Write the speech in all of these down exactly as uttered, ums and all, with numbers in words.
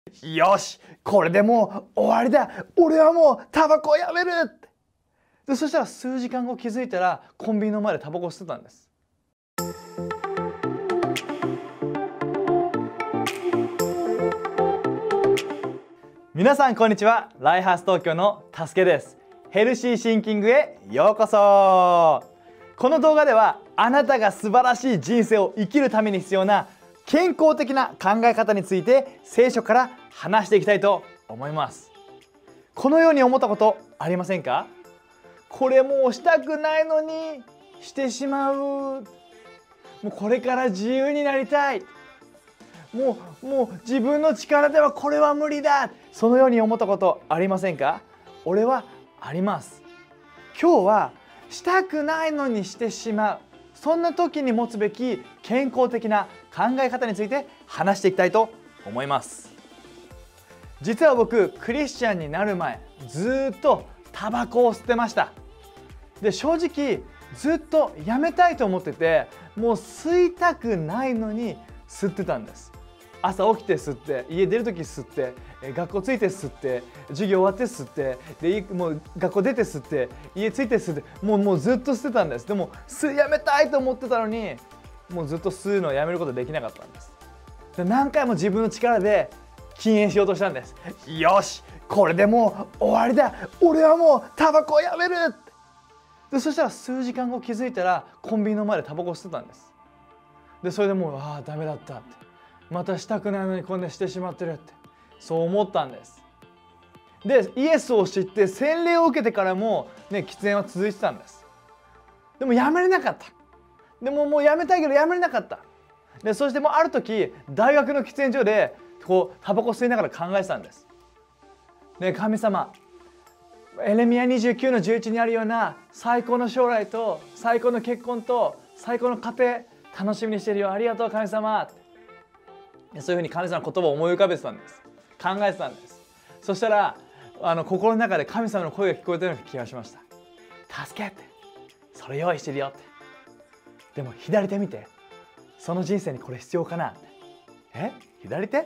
よし、これでもう終わりだ、俺はもうタバコをやめるって。でそしたら数時間後気づいたらコンビニの前でタバコを吸ってたんです。皆さんこんにちは。ライハース東京のたすけです。ヘルシーシンキングへようこそ。この動画ではあなたが素晴らしい人生を生きるために必要な健康的な考え方について聖書から話していきたいと思います。このように思ったことありませんか？これもうしたくないのにしてしまう。もうこれから自由になりたい。もうもう自分の力ではこれは無理だ。そのように思ったことありませんか？俺はあります。今日はしたくないのにしてしまう、そんな時に持つべき健康的な考え方について話していきたいと思います。実は僕クリスチャンになる前ずっとタバコを吸ってました。で正直ずっとやめたいと思ってて、もう吸いたくないのに吸ってたんです。朝起きて吸って、家出る時吸って、学校着いて吸って、授業終わって吸って、でもう学校出て吸って、家着いて吸って、もうもうずっと吸ってたんです。でも吸いやめたいと思ってたのに、もうずっと吸うのをやめることできなかったんです。で何回も自分の力で禁煙しようとしたんです。よし、これでもう終わりだ、俺はもうタバコをやめるって。でそしたら数時間後気づいたらコンビニの前でタバコを吸ってたんです。でそれでもうああダメだったって、またしたくないのにこんなしてしまってるって、そう思ったんです。でイエスを知って洗礼を受けてからも、ね、喫煙は続いてたんです。でもやめれなかった。でももうやめたいけどやめれなかった。でそしてもうある時大学の喫煙所でこうタバコ吸いながら考えてたんです。で神様、エレミヤにじゅうきゅうのじゅういちにあるような最高の将来と最高の結婚と最高の家庭楽しみにしてるよ、ありがとう神様って。そういうふうに神様の言葉を思い浮かべてたんです。考えてたんです。そしたらあの心の中で神様の声が聞こえたような気がしました。助けって、それ用意してるよって。でも左手見て、その人生にこれ必要かなって。え左手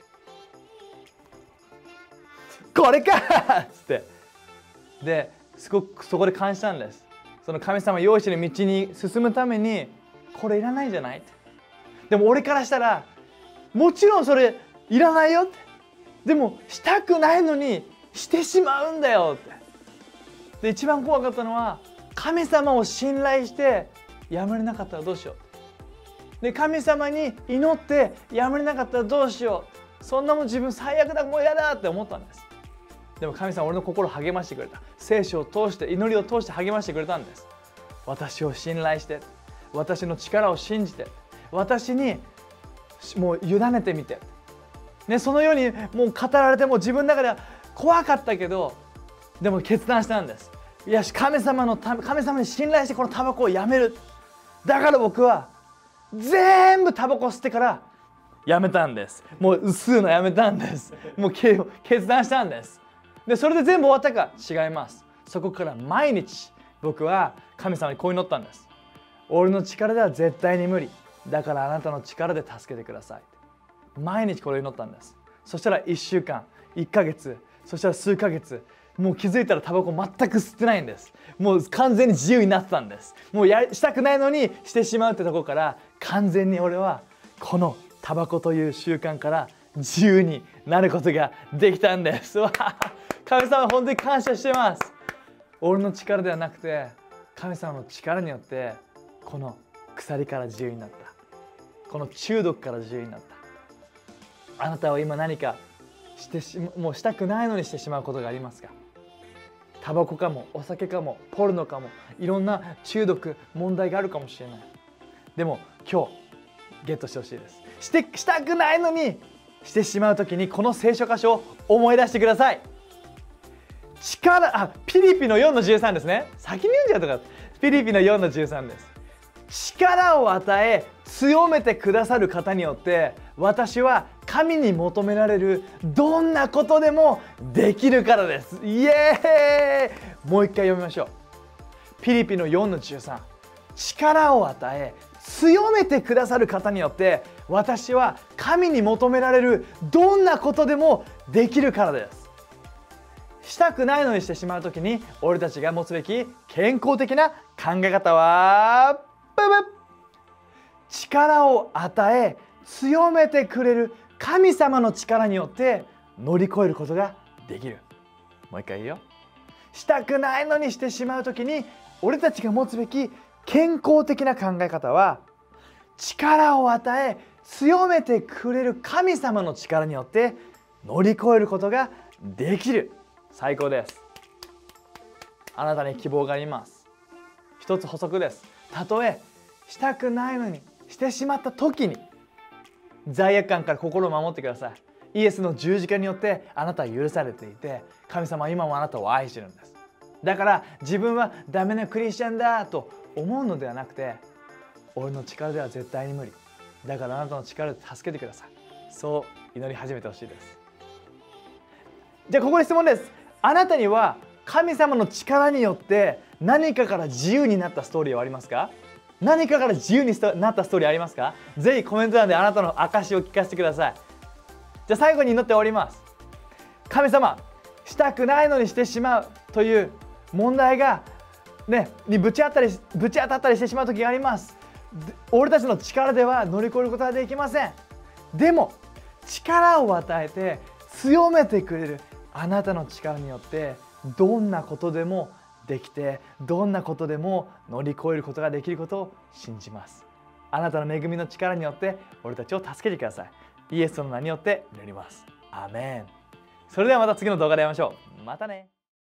これかっつって、ですごくそこで感じたんです。その神様用意してる道に進むためにこれいらないんじゃないって。でも俺からしたらもちろんそれいらないよって。でもしたくないのにしてしまうんだよって。で一番怖かったのは神様を信頼してやめれなかったらどうしよう。で神様に祈ってやめれなかったらどうしよう。そんなもん自分最悪だ、もう嫌だって思ったんです。でも神様は俺の心を励ましてくれた。聖書を通して、祈りを通して励ましてくれたんです。私を信頼して、私の力を信じて、私にもう委ねてみて、ね、そのようにもう語られても自分の中では怖かったけど、でも決断したんです。いや神様のた神様に信頼してこのタバコをやめる。だから僕は全部タバコを吸ってからやめたんです。もう吸うのやめたんです。もう決断したんです。でそれで全部終わったか違います。そこから毎日僕は神様にこう祈ったんです。俺の力では絶対に無理だからあなたの力で助けてください。毎日これを祈ったんです。そしたらいっしゅうかん、いっかげつ、そしたら数ヶ月、もう気づいたらタバコ全く吸ってないんです。もう完全に自由になってたんです。もうやしたくないのにしてしまうってところから完全に俺はこのタバコという習慣から自由になることができたんです。神様本当に感謝してます。俺の力ではなくて神様の力によってこの鎖から自由になった。この中毒から自由になった。あなたは今何かしてしもうしたくないのにしてしまうことがありますか？タバコかもお酒かもポルノかもいろんな中毒問題があるかもしれない。でも今日ゲットしてほしいです。してしたくないのにしてしまう時にこの聖書箇所を思い出してください。力あピリピのよんのじゅうさんですね。先に読んじゃうとか。ピリピのよんのじゅうさんです。力を与え強めてくださる方によって私は神に求められるどんなことでもできるからです。イエーイ。もう一回読みましょう。ピリピのよんのじゅうさん。力を与え強めてくださる方によって私は神に求められるどんなことでもできるからです。したくないのにしてしまうときに俺たちが持つべき健康的な考え方はブブ力を与え強めてくれる神様の力によって乗り越えることができる。もう一回言うよ。したくないのにしてしまうときに俺たちが持つべき健康的な考え方は力を与え強めてくれる神様の力によって乗り越えることができる。最高です。あなたに希望があります。一つ補足です。たとえしたくないのにしてしまった時に罪悪感から心を守ってください。イエスの十字架によってあなたは許されていて、神様は今もあなたを愛してるんです。だから自分はダメなクリスチャンだと思うのではなくて、俺の力では絶対に無理だからあなたの力で助けてください、そう祈り始めてほしいです。じゃあここで質問です。あなたには神様の力によって何かから自由になったストーリーはありますか？何かから自由になったストーリーありますか？ぜひコメント欄であなたの証を聞かせてください。じゃあ最後に祈っております。神様、したくないのにしてしまうという問題がねにぶち当たりぶち当たったりしてしまう時があります。俺たちの力では乗り越えることはできません。でも力を与えて強めてくれるあなたの力によってどんなことでもできて、どんなことでも乗り越えることができることを信じます。あなたの恵みの力によって俺たちを助けてください。イエスの名によって祈ります。アーメン。それではまた次の動画で会いましょう。またね。